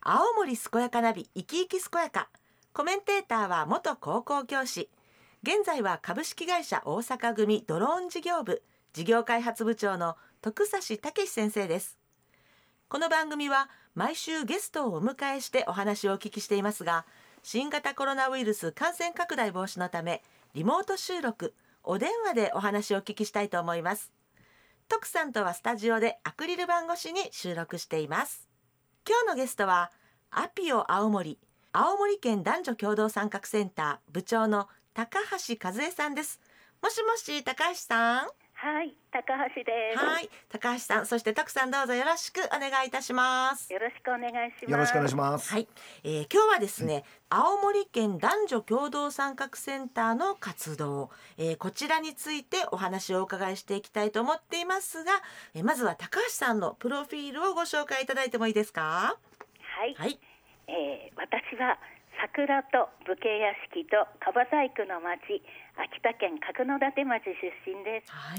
青森健やかナビ生き生き健やか。コメンテーターは元高校教師、現在は株式会社大阪組ドローン事業部事業開発部長の徳指武先生です。この番組は毎週ゲストをお迎えしてお話をお聞きしていますが、新型コロナウイルス感染拡大防止のためリモート収録、お電話でお話をお聞きしたいと思います。徳さんとはスタジオでアクリル板越しに収録しています。今日のゲストはアピオ青森県男女共同参画センター部長の高橋和恵さんです。もしもし、高橋さん。 はい、高橋です。 はい、高橋さん、そして徳さん、どうぞよろしくお願いいたします。 よろしくお願いします。 よろしくお願いします。 はい、今日はですね、青森県男女共同参画センターの活動、こちらについてお話をお伺いしていきたいと思っていますが、まずは高橋さんのプロフィールをご紹介いただいてもいいですか？ はい、 はい。 私は桜と武家屋敷と樺細工の町、秋田県角館町出身です。 はい。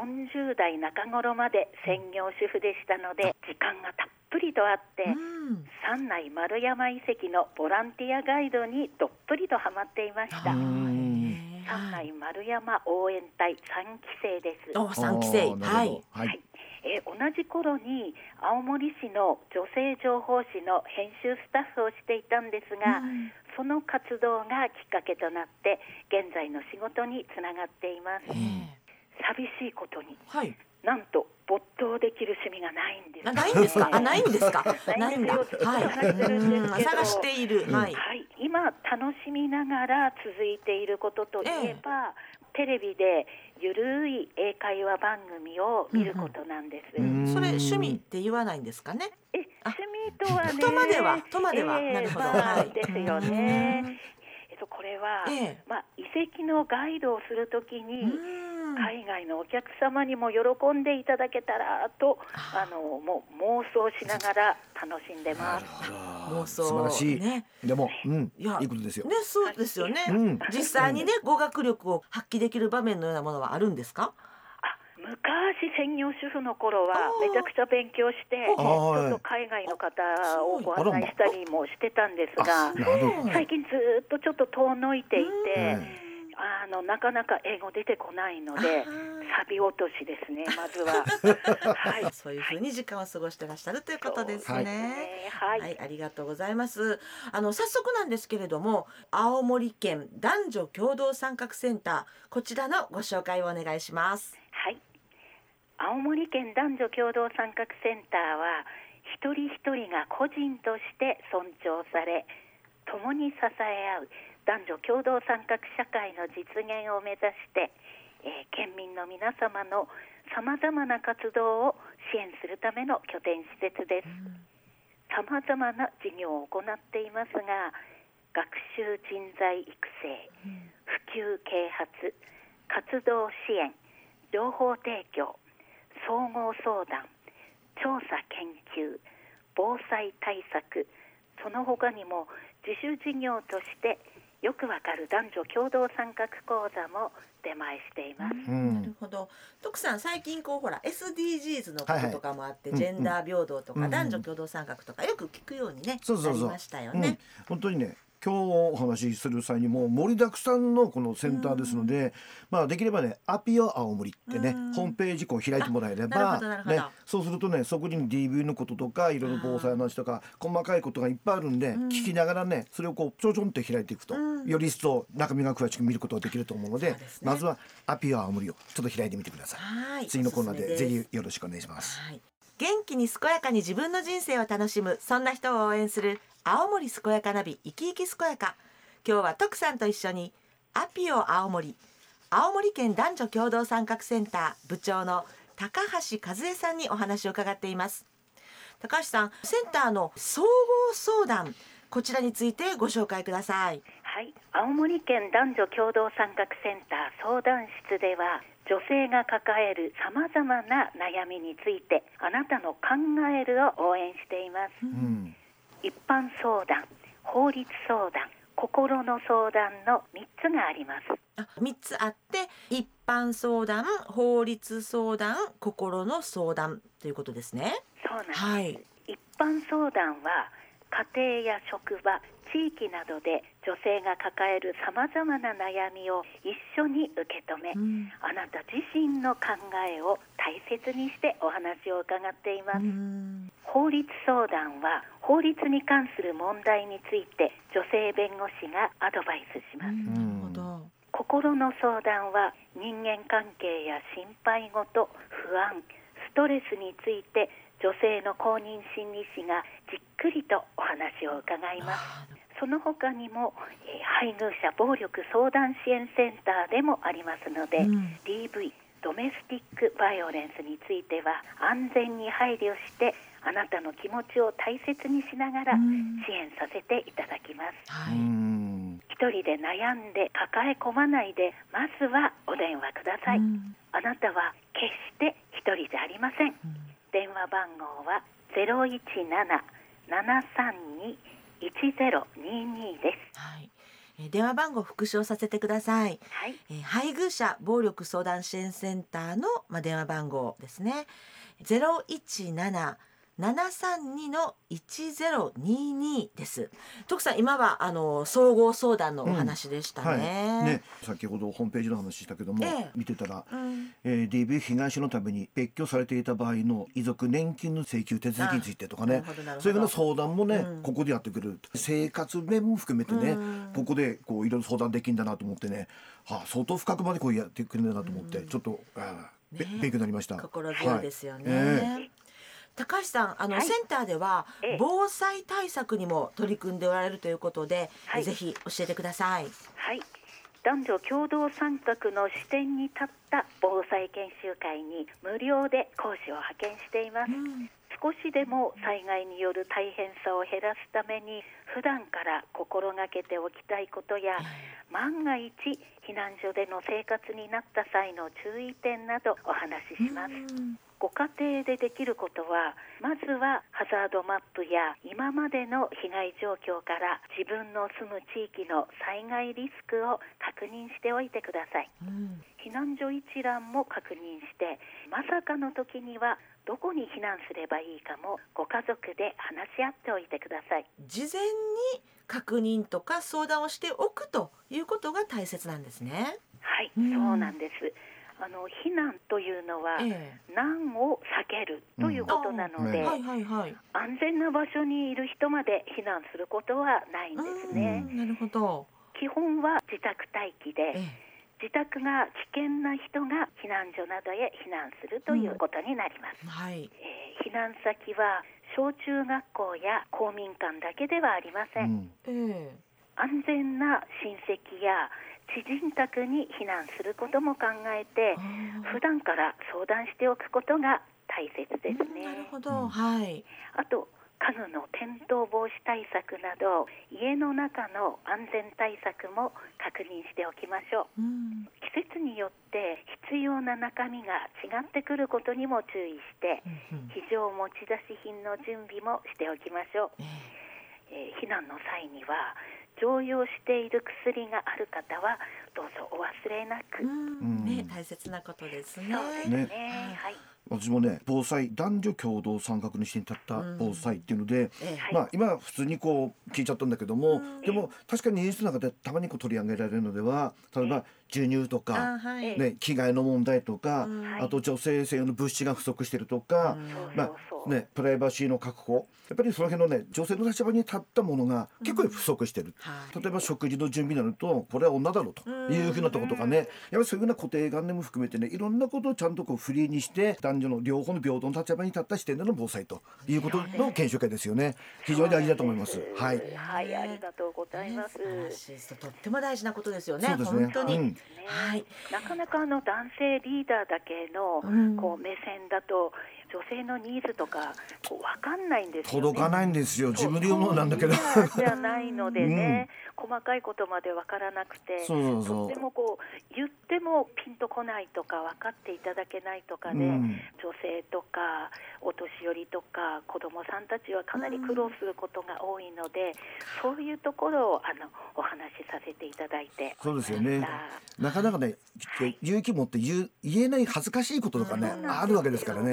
40代中頃まで専業主婦でしたので、時間がたっぷりとあって、三内丸山遺跡のボランティアガイドにどっぷりとハマっていました。三内丸山応援隊3期生です。 3期生。はい。 はい。同じ頃に青森市の女性情報誌の編集スタッフをしていたんですが、その活動がきっかけとなって現在の仕事につながっています。寂しいことに、なんと没頭できる趣味がないんです。 ないんですか？ないんですか？ ないんだ。 探している。 はい。今楽しみながら続いていることといえば、テレビでゆるい英会話番組を見ることなんです。 それ趣味って言わないんですかね？ 趣味とはね、 とまでは、なるほど、 ですよね。これは、遺跡のガイドをするときに海外のお客様にも喜んでいただけたらと、もう妄想しながら楽しんでます。 妄想、 素晴らしい、ね、でも、いいことですよね。そうですよね、実際にね、語学力を発揮できる場面のようなものはあるんですか？ 昔専業主婦の頃はめちゃくちゃ勉強してちょっと海外の方をご案内したりもしてたんですが、最近ずっとちょっと遠のいていて、なかなか英語出てこないのでサビ落としですね、まずは。 はい、そういうふうに時間を過ごしてらっしゃるということですね。はい、ありがとうございます。早速なんですけれども、青森県男女共同参画センター、こちらのご紹介をお願いします。 はい、青森県男女共同参画センターは一人一人が個人として尊重され、共に支え合う男女共同参画社会の実現を目指して、県民の皆様のさまざまな活動を支援するための拠点施設です。さまざまな事業を行っていますが、学習人材育成、普及啓発、活動支援、情報提供、総合相談、調査研究、防災対策、その他にも自主事業としてよくわかる男女共同参画講座も出前しています。 なるほど。徳さん、最近ほら SDGs のこととかもあって、ジェンダー平等とか、男女共同参画とかよく聞くようにね、なりましたよね。 本当にね、今日お話しする際にも盛りだくさんのこのセンターですので、できればね、アピオ青森ってね、ホームページ開いてもらえれば、そうするとね、そこに DV のこととかいろいろ防災の話とか細かいことがいっぱいあるんで、聞きながらね、それをちょんちょんって開いていくと、より一層中身が詳しく見ることができると思うので、まずはアピオ青森をちょっと開いてみてください。次のコーナーでぜひよろしくお願いします。 元気に健やかに自分の人生を楽しむ、そんな人を応援する青森健やかナビ生き生き健やか。今日は徳さんと一緒にアピオ青森県男女共同参画センター部長の高橋和恵さんにお話を伺っています。高橋さん、センターの総合相談、こちらについてご紹介ください。 はい、青森県男女共同参画センター相談室では、女性が抱えるさまざまな悩みについてあなたの考えるを応援しています。一般相談、法律相談、心の相談の3つがあります。 3つあって、一般相談、法律相談、心の相談ということですね。 そうなんです。一般相談は家庭や職場、地域などで女性が抱えるさまざまな悩みを一緒に受け止め、あなた自身の考えを大切にしてお話を伺っています。法律相談は法律に関する問題について女性弁護士がアドバイスします。心の相談は人間関係や心配事、不安、ストレスについて女性の公認心理師がじっくりとお話を伺います。その他にも、配偶者暴力相談支援センターでもありますので、DV、ドメスティックバイオレンスについては安全に配慮してあなたの気持ちを大切にしながら支援させていただきます。一人で悩んで抱え込まないで、まずはお電話ください。あなたは決して一人じゃありません。電話番号は 017-732-1022 です。 電話番号復唱させてください。 はい、 配偶者暴力相談支援センターの、電話番号ですね。017-732-1022 です。徳さん、今は総合相談のお話でしたね。 先ほどホームページの話したけども、見てたら、DV 被害者のために別居されていた場合の遺族年金の請求手続きについてとかね、そういうような相談もね、ここでやってくる。生活面も含めてね、ここでこういろいろ相談できるんだなと思ってね、相当深くまでこうやってくるんだなと思って、ちょっと勉強になりました。 心強いですよね。高橋さん、センターでは防災対策にも取り組んでおられるということで、ぜひ教えてください。 はい、男女共同参画の視点に立った防災研修会に無料で講師を派遣しています。少しでも災害による大変さを減らすために普段から心がけておきたいことや、万が一避難所での生活になった際の注意点などお話しします。ご家庭でできることは、まずはハザードマップや今までの被害状況から自分の住む地域の災害リスクを確認しておいてください。避難所一覧も確認して、まさかの時にはどこに避難すればいいかもご家族で話し合っておいてください。 事前に確認とか相談をしておくということが大切なんですね。 はい、そうなんです。避難というのは、難を避けるということなので、安全な場所にいる人まで避難することはないんですね。 なるほど。 基本は自宅待機で、自宅が危険な人が避難所などへ避難するということになります。避難先は小中学校や公民館だけではありません。安全な親戚や知人宅に避難することも考えて、普段から相談しておくことが大切ですね。 なるほど。あと家具の転倒防止対策など、家の中の安全対策も確認しておきましょう。季節によって必要な中身が違ってくることにも注意して、非常持ち出し品の準備もしておきましょう。避難の際には常用している薬がある方はどうぞお忘れなく。 大切なことですね。 そうですね。 私もね、防災男女共同参画にして立った防災っていうので、今普通にこう聞いちゃったんだけども、でも確かにニュースの中でたまにこう取り上げられるのでは、例えば授乳とか、着替えの問題とか、あと女性専用の物資が不足しているとか、プライバシーの確保、やっぱりその辺のね、女性の立場に立ったものが結構不足している。例えば食事の準備になると、これは女だろうというふうなところとかね、やっぱりそういうふうな固定観念も含めてね、いろんなことをちゃんとこうフリーにして男女の両方の平等の立場に立った視点での防災ということの研修会ですよね。非常に大事だと思います。 ありがとうございます。 とっても大事なことですよね。 そうですね。 本当に。 なかなか男性リーダーだけのこう目線だと、女性のニーズとかこう分かんないんですよね。 届かないんですよ。自分で言うものなんだけどじゃないのでね、細かいことまで分からなくて、とってもこう言ってもピンとこないとか分かっていただけないとかで、女性とかお年寄りとか子どもさんたちはかなり苦労することが多いので、そういうところをお話しさせていただいて。 そうですよね。なかなかね、勇気持って言えない恥ずかしいこととかね、あるわけですからね。そこで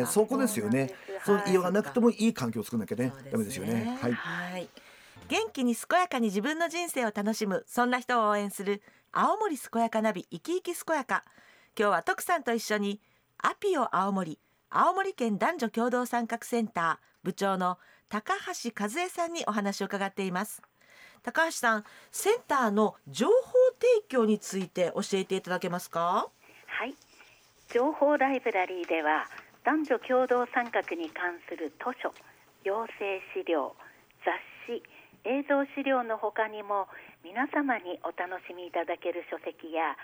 ですよね。その言わなくてもいい環境を作らなきゃね、ダメですよね。はい、 はい、元気に健やかに自分の人生を楽しむ、そんな人を応援する青森健やかナビ、生き生き健やか。今日は徳さんと一緒にアピオ青森県男女共同参画センター部長の高橋和恵さんにお話を伺っています。高橋さん、センターの情報提供について教えていただけますか？ はい、情報ライブラリーでは男女共同参画に関する図書、行政資料、雑誌、映像資料の他にも皆様にお楽しみいただける書籍や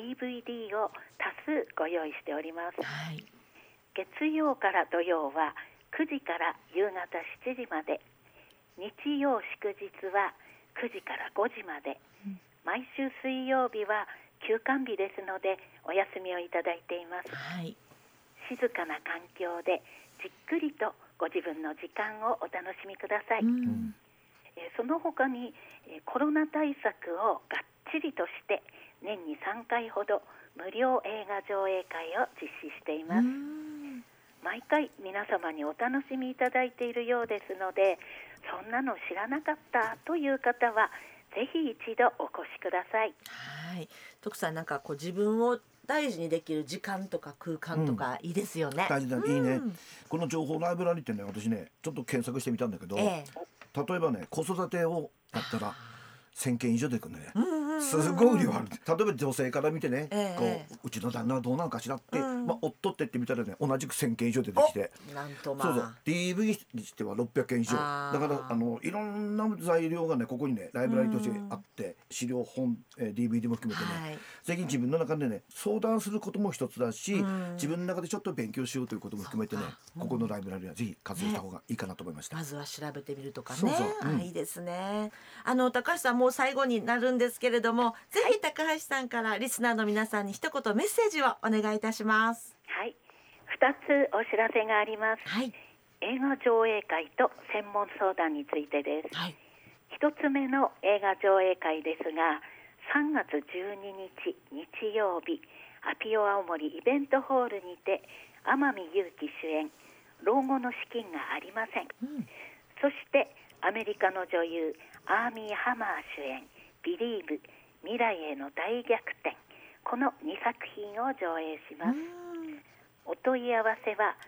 DVD を多数ご用意しております。 はい、 月曜から土曜は9時から夕方7時まで、日曜祝日は9時から5時まで、毎週水曜日は休館日ですのでお休みをいただいています。 はい、 静かな環境でじっくりとご自分の時間をお楽しみください。その他にコロナ対策をがっちりとして年に3回ほど無料映画上映会を実施しています。毎回皆様にお楽しみいただいているようですので、そんなの知らなかったという方はぜひ一度お越しください。 はい、徳さん、なんかこう自分を大事にできる時間とか空間とかいいですよね。 大事だ、いいね。この情報ライブラリってね、私ねちょっと検索してみたんだけど、例えばね子育てをやったら1000件以上出てくるんだね。すごい量ある。例えば女性から見てね、こううちの旦那はどうなのかしらって、夫って言ってみたらね、同じく1000件以上出てきて、 なんとそうそう DV にしては600件以上だからいろんな材料がねここにねライブラリとしてあって、資料本、DVD も含めてね、ぜひ自分の中でね相談することも一つだし、自分の中でちょっと勉強しようということも含めてね、ここのライブラリはぜひ活用した方がいいかなと思いました。 まずは調べてみるとかね。 そうそう、 いいですね。高橋さん、もう最後になるんですけれども、ぜひ高橋さんからリスナーの皆さんに一言メッセージをお願いいたします。 はい、2つお知らせがあります。 はい、 映画上映会と専門相談についてです。 はい、 1つ目の映画上映会ですが、3月12日日曜日、アピオ青森イベントホールにて天海祐希主演、老後の資金がありません、そしてアメリカの女優アーミー・ハマー主演ビリーブ未来への大逆転、この2作品を上映します。お問い合わせは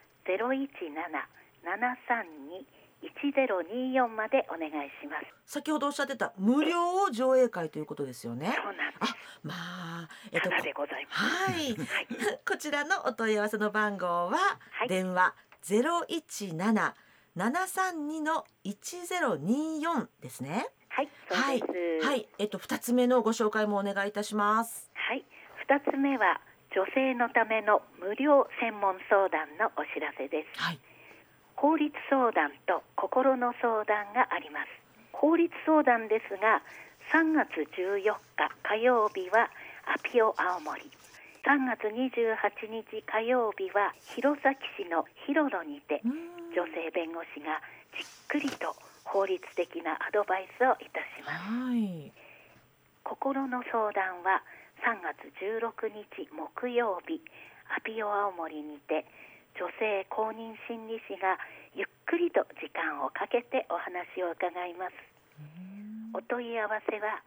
017-732-1024 までお願いします。 先ほどおっしゃってた無料上映会ということですよね。 そうなんです。 まあ、 ただでございます。 はい、こちらのお問い合わせの番号は、電話 017-732-1024 ですね。 はい、そうです。 はい、2つ目のご紹介もお願いいたします。 はい、2つ目は女性のための無料専門相談のお知らせです。 はい、 法律相談と心の相談があります。法律相談ですが、3月14日火曜日はアピオ青森、3月28日火曜日は弘前市の広野にて女性弁護士がじっくりと法律的なアドバイスをいたします。 はい、 心の相談は3月16日木曜日、アピオ青森にて女性公認心理師がゆっくりと時間をかけてお話を伺います。お問い合わせは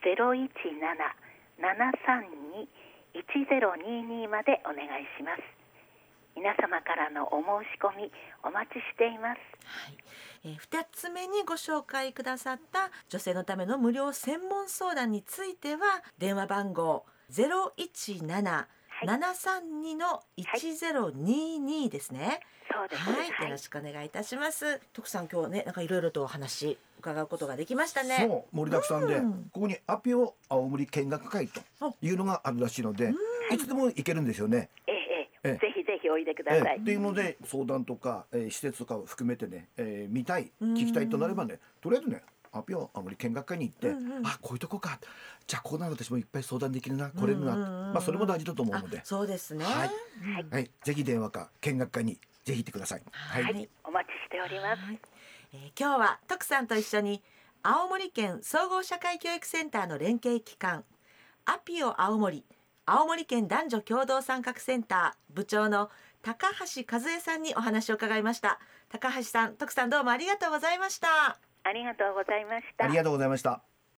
017-732-1022 までお願いします。皆様からのお申し込みお待ちしています。 はい、2つ目にご紹介くださった女性のための無料専門相談については、電話番号 017-732-1022 ですね。 そうです。 はい、よろしくお願いいたします。徳さん、今日ね、なんかいろいろとお話伺うことができましたね。 そう盛りだくさんで、ここにアピオ青森見学会というのがあるらしいので、いつでも行けるんですよね。 ぜひぜひおいでください。 っていうので、相談とか、施設とかを含めてね、見たい聞きたいとなればね、とりあえずねアピオ青森見学会に行って、あ、こういうとこか、じゃあこうなる私もいっぱい相談できるな、来れるな、まあそれも大事だと思うので、 そうですね。 はい、はい、ぜひ電話か見学会にぜひ行ってください。 はい、お待ちしております。 今日は徳さんと一緒に青森県総合社会教育センターの連携機関アピオ青森県男女共同参画センター部長の高橋和恵さんにお話を伺いました。高橋さん、徳さん、どうもありがとうございました。 ありがとうございました。 ありがとうございました。